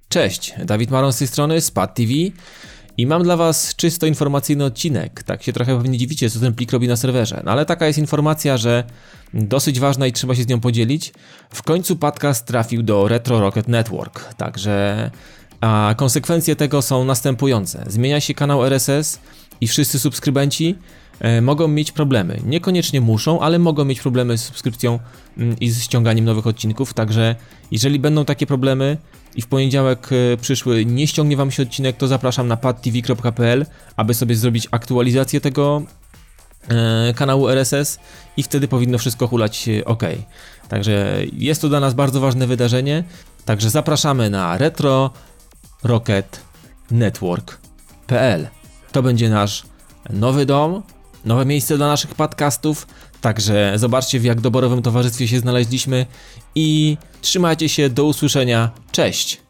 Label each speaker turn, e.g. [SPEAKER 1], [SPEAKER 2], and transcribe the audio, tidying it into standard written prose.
[SPEAKER 1] Cześć, Dawid Maron z tej strony, SPAT TV i mam dla Was czysto informacyjny odcinek. Tak się trochę pewnie dziwicie, co ten plik robi na serwerze, no ale taka jest informacja, że dosyć ważna i trzeba się z nią podzielić. W końcu podcast trafił do Retro Rocket Network, także konsekwencje tego są następujące. Zmienia się kanał RSS i wszyscy subskrybenci mogą mieć problemy. Niekoniecznie muszą, ale mogą mieć problemy z subskrypcją i z ściąganiem nowych odcinków, także jeżeli będą takie problemy i w poniedziałek przyszły nie ściągnie Wam się odcinek, to zapraszam na padtv.pl, aby sobie zrobić aktualizację tego kanału RSS i wtedy powinno wszystko hulać ok. Także jest to dla nas bardzo ważne wydarzenie, także zapraszamy na Retro Rocket Network.pl. To będzie nasz nowy dom, nowe miejsce dla naszych podcastów, także zobaczcie, w jak doborowym towarzystwie się znaleźliśmy i trzymajcie się, do usłyszenia, cześć!